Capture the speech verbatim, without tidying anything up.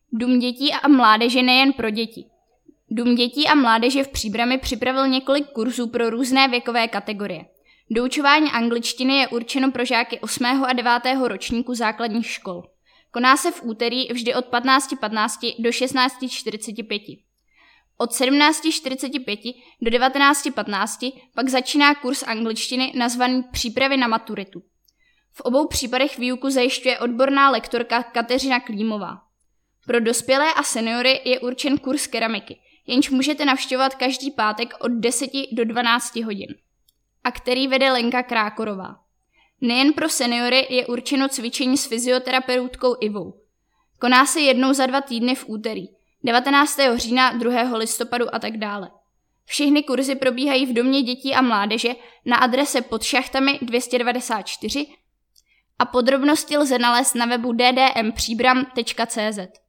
Dům dětí a mládeže nejen pro děti. Dům dětí a mládeže v Příbrami připravil několik kurzů pro různé věkové kategorie. Doučování angličtiny je určeno pro žáky osmého a devátého ročníku základních škol. Koná se v úterý vždy od patnáct patnáct do šestnáct čtyřicet pět. Od sedmnáct čtyřicet pět do devatenáct patnáct pak začíná kurz angličtiny nazvaný Přípravy na maturitu. V obou případech výuku zajišťuje odborná lektorka Kateřina Klímová. Pro dospělé a seniory je určen kurz keramiky, jenž můžete navštěvovat každý pátek od deseti do dvanácti hodin, a který vede Lenka Krákorová. Nejen pro seniory je určeno cvičení s fyzioterapeutkou Ivou. Koná se jednou za dva týdny v úterý, devatenáctého října, druhého listopadu a tak dále. Všechny kurzy probíhají v Domě dětí a mládeže na adrese Pod šachtami dvě stě devadesát čtyři a podrobnosti lze nalézt na webu d d m příbram tečka c z.